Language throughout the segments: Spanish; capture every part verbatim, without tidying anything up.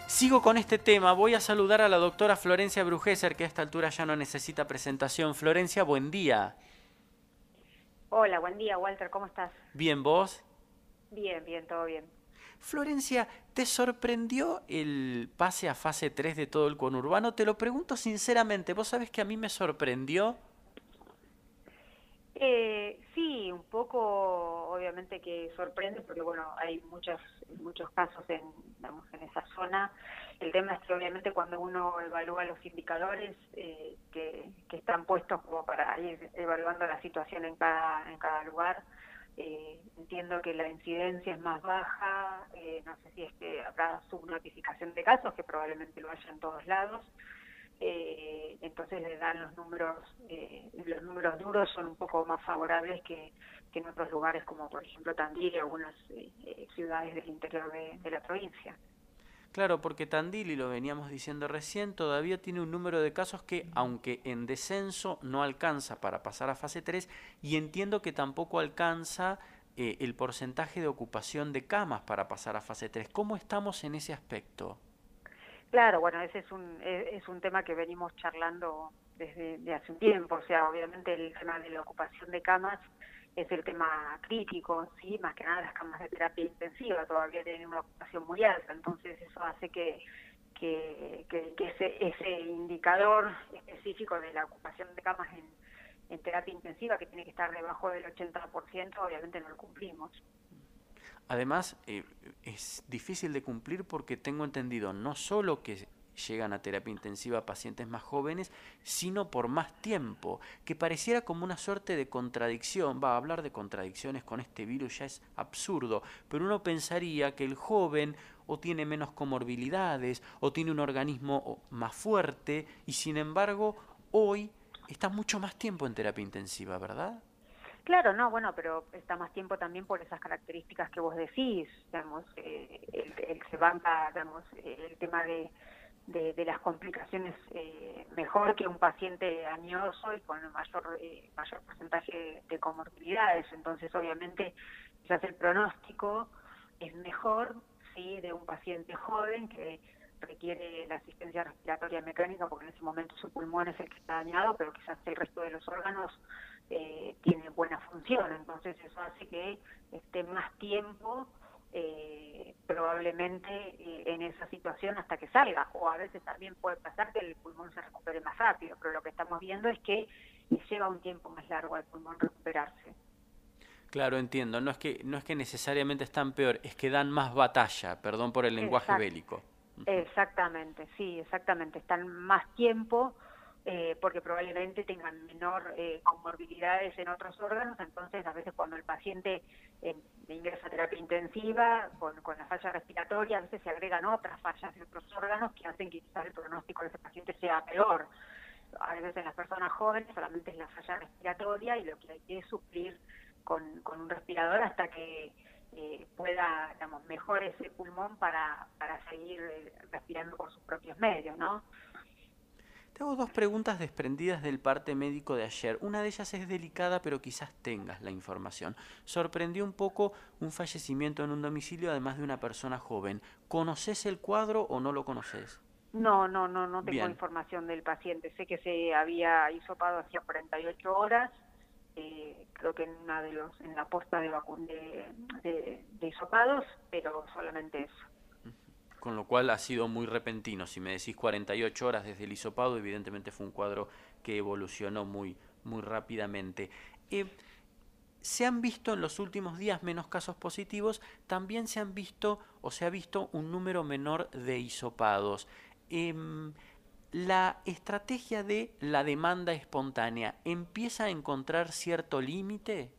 Sigo con este tema, voy a saludar a la doctora Florencia Brugeser, que a esta altura ya no necesita presentación. Florencia, buen día. Hola, buen día, Walter, ¿cómo estás? ¿Bien vos? Bien, bien, todo bien. Florencia, ¿te sorprendió el pase a fase tres de todo el conurbano? Te lo pregunto sinceramente, vos sabés que a mí me sorprendió. Eh, sí, un poco, obviamente que sorprende, porque bueno, hay muchos, muchos casos en, digamos, en esa zona. El tema es que obviamente cuando uno evalúa los indicadores eh, que, que están puestos como para ir evaluando la situación en cada, en cada lugar, eh, entiendo que la incidencia es más baja, eh, no sé si es que habrá subnotificación de casos, que probablemente lo haya en todos lados. Eh, entonces le dan los números, eh, los números duros son un poco más favorables que, que en otros lugares como por ejemplo Tandil y algunas eh, eh, ciudades del interior de, de la provincia. Claro, porque Tandil, y lo veníamos diciendo recién, todavía tiene un número de casos que, aunque en descenso, no alcanza para pasar a fase tres, y entiendo que tampoco alcanza eh, el porcentaje de ocupación de camas para pasar a fase tres. ¿Cómo estamos en ese aspecto? Claro, bueno, ese es un, es, es un tema que venimos charlando desde de hace un tiempo, o sea, obviamente el tema de la ocupación de camas es el tema crítico, sí, más que nada las camas de terapia intensiva todavía tienen una ocupación muy alta, entonces eso hace que, que, que, que ese, ese indicador específico de la ocupación de camas en, en terapia intensiva, que tiene que estar debajo del ochenta por ciento, obviamente no lo cumplimos. Además, eh, es difícil de cumplir porque tengo entendido no solo que llegan a terapia intensiva pacientes más jóvenes, sino por más tiempo, que pareciera como una suerte de contradicción. Va, a hablar de contradicciones con este virus ya es absurdo, pero uno pensaría que el joven o tiene menos comorbilidades o tiene un organismo más fuerte y sin embargo hoy está mucho más tiempo en terapia intensiva, ¿verdad? Claro, no, bueno, pero está más tiempo también por esas características que vos decís, digamos, eh, el, el se banca, digamos, eh, el tema de, de, de las complicaciones eh, mejor que un paciente añoso y con mayor eh, mayor porcentaje de comorbilidades. Entonces, obviamente, quizás el pronóstico es mejor, sí, de un paciente joven que requiere la asistencia respiratoria mecánica porque en ese momento su pulmón es el que está dañado, pero quizás el resto de los órganos eh, tiene buena función, entonces eso hace que esté más tiempo eh, probablemente eh, en esa situación hasta que salga, o a veces también puede pasar que el pulmón se recupere más rápido, pero lo que estamos viendo es que lleva un tiempo más largo al pulmón recuperarse. Claro, entiendo. No es que, no es que necesariamente están peor, es que dan más batalla, perdón por el lenguaje Exacto. bélico. Exactamente, sí, exactamente. Están más tiempo eh, porque probablemente tengan menor eh, comorbilidades en otros órganos, entonces a veces cuando el paciente eh, ingresa a terapia intensiva con, con la falla respiratoria, a veces se agregan otras fallas de otros órganos que hacen que quizás el pronóstico de ese paciente sea peor. A veces en las personas jóvenes solamente es la falla respiratoria y lo que hay que es suplir con, con un respirador hasta que eh, pueda, digamos, mejor ese pulmón para, para seguir eh, respirando por sus propios medios, ¿no? Te hago dos preguntas desprendidas del parte médico de ayer. Una de ellas es delicada, pero quizás tengas la información. Sorprendió un poco un fallecimiento en un domicilio, además de una persona joven. ¿Conoces el cuadro o no lo conoces? No, no, no, no tengo Bien. información del paciente. Sé que se había hisopado hacía cuarenta y ocho horas. Eh, creo que en una de los, en la posta de, vacun de, de, de hisopados, pero solamente eso. Con lo cual ha sido muy repentino. Si me decís cuarenta y ocho horas desde el hisopado, evidentemente fue un cuadro que evolucionó muy, muy rápidamente. Eh, se han visto en los últimos días menos casos positivos, también se han visto o se ha visto un número menor de hisopados. Eh, la estrategia de la demanda espontánea empieza a encontrar cierto límite.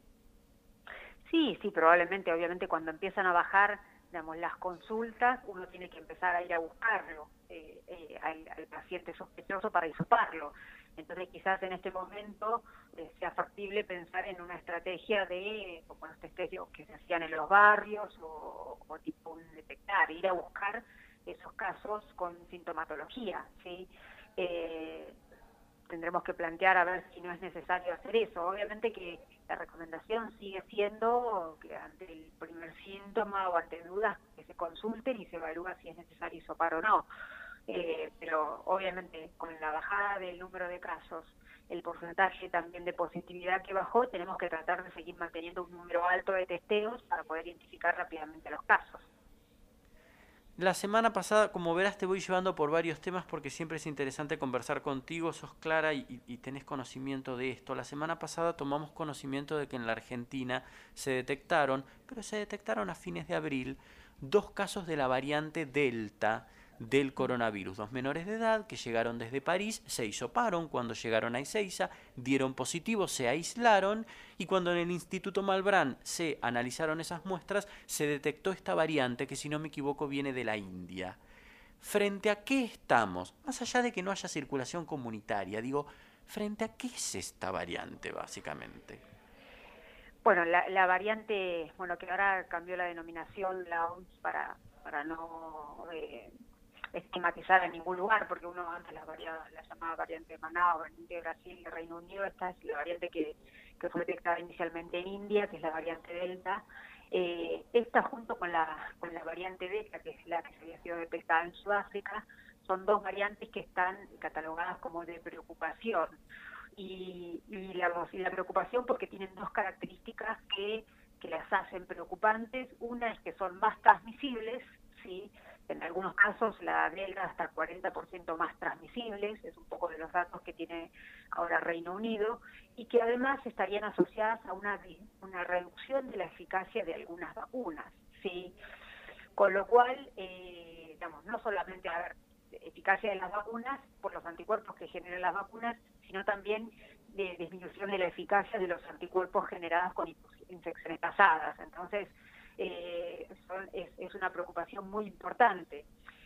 Sí, sí, probablemente, obviamente cuando empiezan a bajar, digamos, las consultas, uno tiene que empezar a ir a buscarlo, eh, eh, al, al paciente sospechoso para hisoparlo. Entonces quizás en este momento eh, sea factible pensar en una estrategia de, como los testeos que se hacían en los barrios o, o tipo un detectar, ir a buscar esos casos con sintomatología, ¿sí? Eh, tendremos que plantear a ver si no es necesario hacer eso. Obviamente que la recomendación sigue siendo que ante el primer síntoma o ante dudas que se consulten y se evalúa si es necesario hisopar o no. Eh, pero obviamente con la bajada del número de casos, el porcentaje también de positividad que bajó, tenemos que tratar de seguir manteniendo un número alto de testeos para poder identificar rápidamente los casos. La semana pasada, como verás, te voy llevando por varios temas porque siempre es interesante conversar contigo, sos clara y, y, y tenés conocimiento de esto. La semana pasada tomamos conocimiento de que en la Argentina se detectaron, pero se detectaron a fines de abril, dos casos de la variante Delta del coronavirus. Dos menores de edad que llegaron desde París, se hisoparon cuando llegaron a Ezeiza, dieron positivo, se aislaron y cuando en el Instituto Malbrán se analizaron esas muestras, se detectó esta variante que, si no me equivoco, viene de la India. ¿Frente a qué estamos? Más allá de que no haya circulación comunitaria, digo, ¿frente a qué es esta variante básicamente? Bueno, la, la variante, bueno, que ahora cambió la denominación la O M S para, para no eh, estigmatizar en ningún lugar, porque uno antes la, varia, la llamaba variante de Manaus, variante de Brasil, de Reino Unido. Esta es la variante que, que fue detectada inicialmente en India, que es la variante Delta. Eh, esta junto con la, con la variante Delta, que es la que se había sido detectada en Sudáfrica, son dos variantes que están catalogadas como de preocupación. Y, y, la, y la preocupación porque tienen dos características que, que las hacen preocupantes. Una es que son más transmisibles, ¿sí? En algunos casos la delta hasta cuarenta por ciento más transmisibles, es un poco de los datos que tiene ahora Reino Unido, y que además estarían asociadas a una, una reducción de la eficacia de algunas vacunas, ¿sí? Con lo cual, eh, digamos, no solamente a ver, eficacia de las vacunas por los anticuerpos que generan las vacunas, sino también de disminución de la eficacia de los anticuerpos generados con infecciones pasadas. Entonces, eh, son, es, es una preocupación muy importante.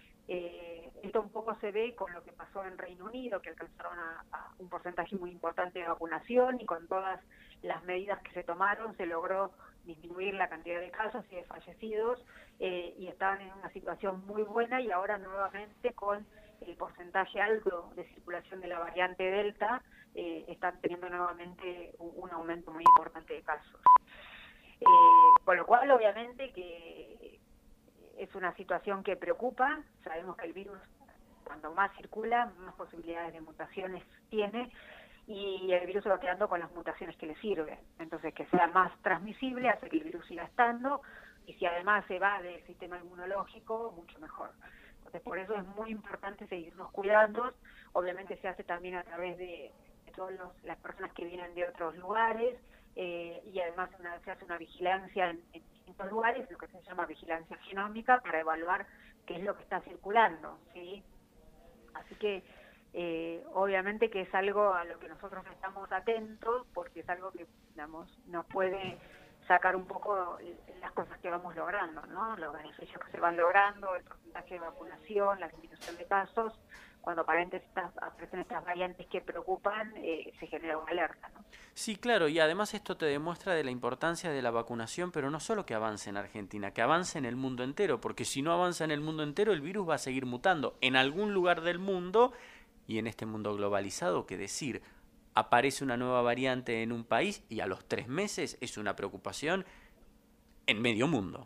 Eh, esto un poco se ve con lo que pasó en Reino Unido, que alcanzaron a, a un porcentaje muy importante de vacunación, y con todas las medidas que se tomaron se logró disminuir la cantidad de casos y de fallecidos, eh, y estaban en una situación muy buena, y ahora nuevamente con el porcentaje alto de circulación de la variante Delta, eh, están teniendo nuevamente un, un aumento muy importante de casos. Eh, con lo cual, obviamente, que es una situación que preocupa. Sabemos que el virus, cuando más circula, más posibilidades de mutaciones tiene, y el virus se va quedando con las mutaciones que le sirven. Entonces, que sea más transmisible hace que el virus siga estando, y si además se va del sistema inmunológico, mucho mejor. Entonces, por eso es muy importante seguirnos cuidando. Obviamente se hace también a través de, de todas las personas que vienen de otros lugares, eh, y además una, se hace una vigilancia en, en distintos lugares, lo que se llama vigilancia genómica, para evaluar qué es lo que está circulando, ¿sí? Así que eh, obviamente que es algo a lo que nosotros estamos atentos, porque es algo que, digamos, nos puede sacar un poco las cosas que vamos logrando, ¿no? Los beneficios que se van logrando, el porcentaje de vacunación, la disminución de casos. Cuando aparecen estas, aparecen estas variantes que preocupan, eh, se genera una alerta, ¿no? Sí, claro, y además esto te demuestra de la importancia de la vacunación, pero no solo que avance en Argentina, que avance en el mundo entero, porque si no avanza en el mundo entero, el virus va a seguir mutando en algún lugar del mundo, y en este mundo globalizado, que decir, aparece una nueva variante en un país y a los tres meses es una preocupación en medio mundo.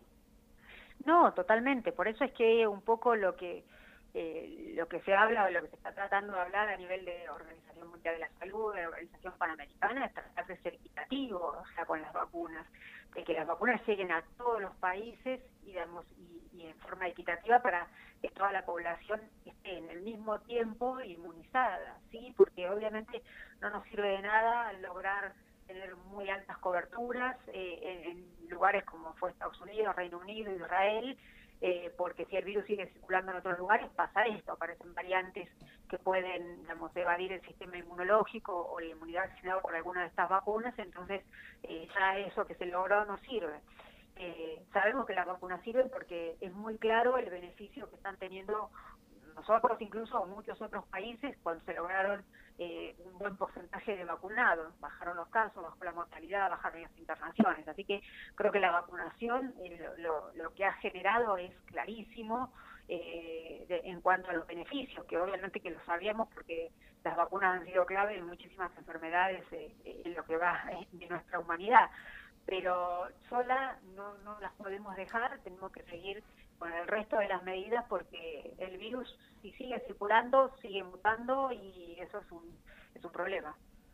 No, totalmente. Por eso es que un poco lo que eh, lo que se habla o lo que se está tratando de hablar a nivel de Organización Mundial de la Salud, de la Organización Panamericana, es tratar de ser equitativo, o sea, con las vacunas, de que las vacunas lleguen a todos los países y, digamos, y, y en forma equitativa, para que toda la población esté en el mismo tiempo inmunizada, ¿sí? Porque obviamente no nos sirve de nada lograr tener muy altas coberturas eh, en, en lugares como fue Estados Unidos, Reino Unido, Israel, eh, porque si el virus sigue circulando en otros lugares, pasa esto, aparecen variantes que pueden, digamos, evadir el sistema inmunológico o la inmunidad generada por alguna de estas vacunas. Entonces eh, ya eso que se logró no sirve. Eh, sabemos que las vacunas sirven porque es muy claro el beneficio que están teniendo nosotros, incluso muchos otros países, cuando se lograron eh, un buen porcentaje de vacunados, bajaron los casos, bajó la mortalidad, bajaron las internaciones. Así que creo que la vacunación, eh, lo, lo, lo que ha generado es clarísimo, eh, de, en cuanto a los beneficios, que obviamente que lo sabíamos porque las vacunas han sido clave en muchísimas enfermedades eh, en lo que va de nuestra humanidad, pero sola no, no las podemos dejar, tenemos que seguir con el resto de las medidas porque el virus, si sigue circulando, sigue mutando y eso es un, es un problema.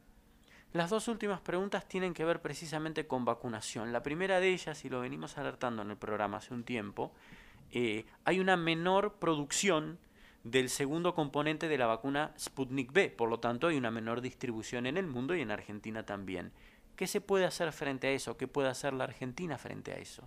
Las dos últimas preguntas tienen que ver precisamente con vacunación. La primera de ellas, y lo venimos alertando en el programa hace un tiempo, eh, hay una menor producción del segundo componente de la vacuna Sputnik V, por lo tanto hay una menor distribución en el mundo y en Argentina también. ¿Qué se puede hacer frente a eso? ¿Qué puede hacer la Argentina frente a eso?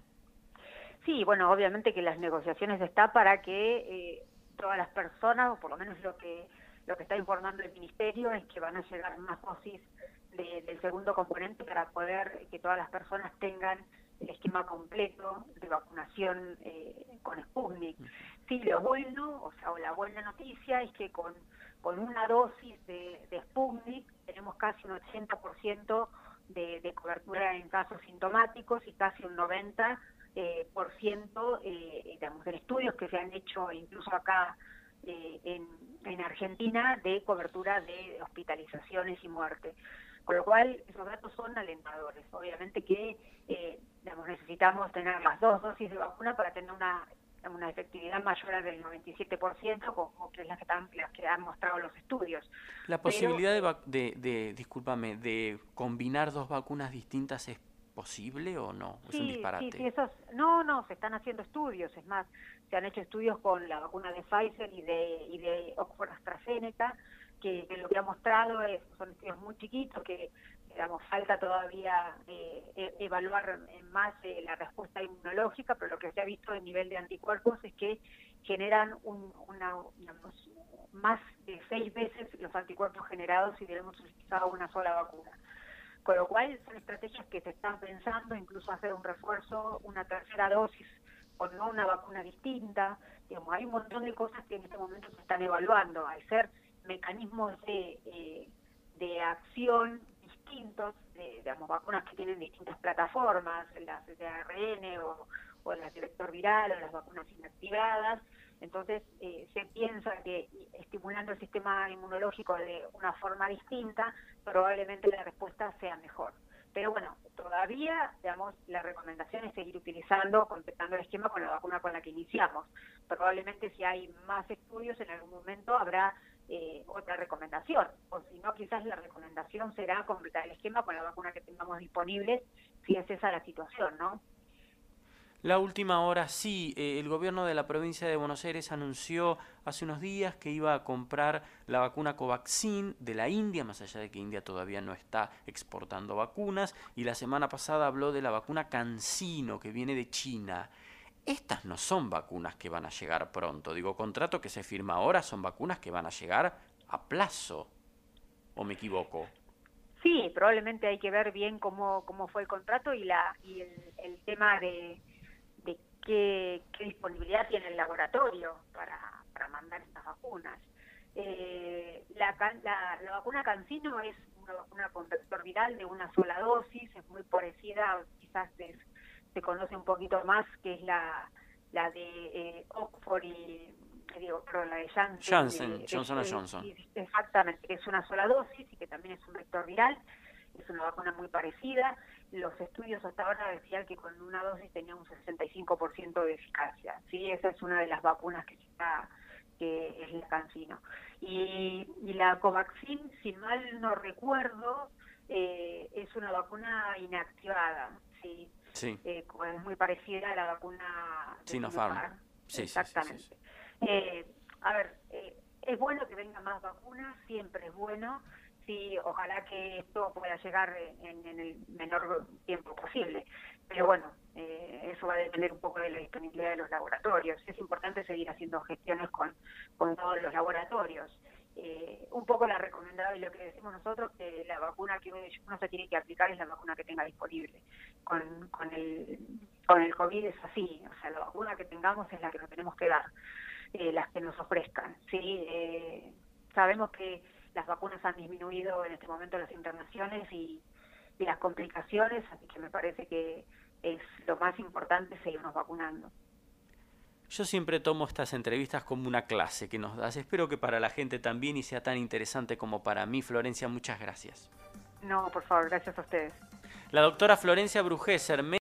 Sí, bueno, obviamente que las negociaciones están para que eh, todas las personas, o por lo menos lo que lo que está informando el Ministerio, es que van a llegar más dosis de, del segundo componente para poder que todas las personas tengan el esquema completo de vacunación eh, con Sputnik. Sí, lo bueno, o sea, o la buena noticia es que con, con una dosis de, de Sputnik tenemos casi un ochenta por ciento de, de cobertura en casos sintomáticos y casi un noventa eh, por ciento eh, digamos, en estudios que se han hecho incluso acá eh, en, en Argentina de cobertura de hospitalizaciones y muerte. Con lo cual, esos datos son alentadores. Obviamente que eh, digamos, necesitamos tener las dos dosis de vacuna para tener una, una efectividad mayor al del noventa y siete por ciento, como que es las que, están, las que han mostrado los estudios. La posibilidad Pero, de, de, de, discúlpame, de combinar dos vacunas distintas es posible o no? Es sí, un disparate. Sí, sí, esos, no, no, se están haciendo estudios, es más, se han hecho estudios con la vacuna de Pfizer y de, y de Oxford AstraZeneca, que, que lo que ha mostrado es, son estudios muy chiquitos, que digamos, falta todavía eh, evaluar más eh, la respuesta inmunológica, pero lo que se ha visto a nivel de anticuerpos es que generan un, una, digamos, más de seis veces los anticuerpos generados si hubiéramos utilizado una sola vacuna. Con lo cual son estrategias que se están pensando, incluso hacer un refuerzo, una tercera dosis o no una vacuna distinta. Digamos, hay un montón de cosas que en este momento se están evaluando. Al ser mecanismos de, eh, de acción distintos, de, digamos, vacunas que tienen distintas plataformas, las de A R N o, o las de vector viral o las vacunas inactivadas. Entonces eh, se piensa que estimulando el sistema inmunológico de una forma distinta, probablemente la respuesta sea mejor. Pero bueno, todavía, digamos, la recomendación es seguir utilizando, completando el esquema con la vacuna con la que iniciamos. Probablemente si hay más estudios, en algún momento habrá eh, otra recomendación. O si no, quizás la recomendación será completar el esquema con la vacuna que tengamos disponible, si es esa la situación, ¿no? La última hora sí, eh, el gobierno de la provincia de Buenos Aires anunció hace unos días que iba a comprar la vacuna Covaxin de la India, más allá de que India todavía no está exportando vacunas, y la semana pasada habló de la vacuna CanSino que viene de China. Estas no son vacunas que van a llegar pronto, digo, contrato que se firma ahora son vacunas que van a llegar a plazo, ¿o me equivoco? Sí, probablemente hay que ver bien cómo, cómo fue el contrato y, la, y el, el tema de... de qué, qué disponibilidad tiene el laboratorio para, para mandar estas vacunas. Eh, la, la, la vacuna CanSino es una vacuna con vector viral de una sola dosis, es muy parecida, quizás es, se conoce un poquito más, que es la, la de eh, Oxford y, digo, perdón, la de Janssen. Janssen, de, Johnson de, Johnson. de, exactamente, que es una sola dosis y que también es un vector viral. Es una vacuna muy parecida. Los estudios hasta ahora decían que con una dosis tenía un sesenta y cinco por ciento de eficacia. Sí, esa es una de las vacunas que se está, que es la CanSino. Y, y la Covaxin, si mal no recuerdo, eh, es una vacuna inactivada. Sí, sí. Eh, es muy parecida a la vacuna de Sinopharm. Sinopharm. Sí, Exactamente. Sí, sí, sí, sí. Eh, a ver, eh, es bueno que vengan más vacunas, siempre es bueno. Sí, ojalá que esto pueda llegar en, en el menor tiempo posible. Pero bueno, eh, eso va a depender un poco de la disponibilidad de los laboratorios. Es importante seguir haciendo gestiones con, con todos los laboratorios. Eh, un poco la recomendada y lo que decimos nosotros, que la vacuna que uno se tiene que aplicar es la vacuna que tenga disponible. Con, con, el, con el COVID es así, o sea, la vacuna que tengamos es la que nos tenemos que dar, eh, las que nos ofrezcan. ¿Sí? Eh, sabemos que las vacunas han disminuido en este momento las internaciones y, y las complicaciones, así que me parece que es lo más importante seguirnos vacunando. Yo siempre tomo estas entrevistas como una clase que nos das. Espero que para la gente también y sea tan interesante como para mí. Florencia, muchas gracias. No, por favor, gracias a ustedes. La doctora Florencia Brugesser,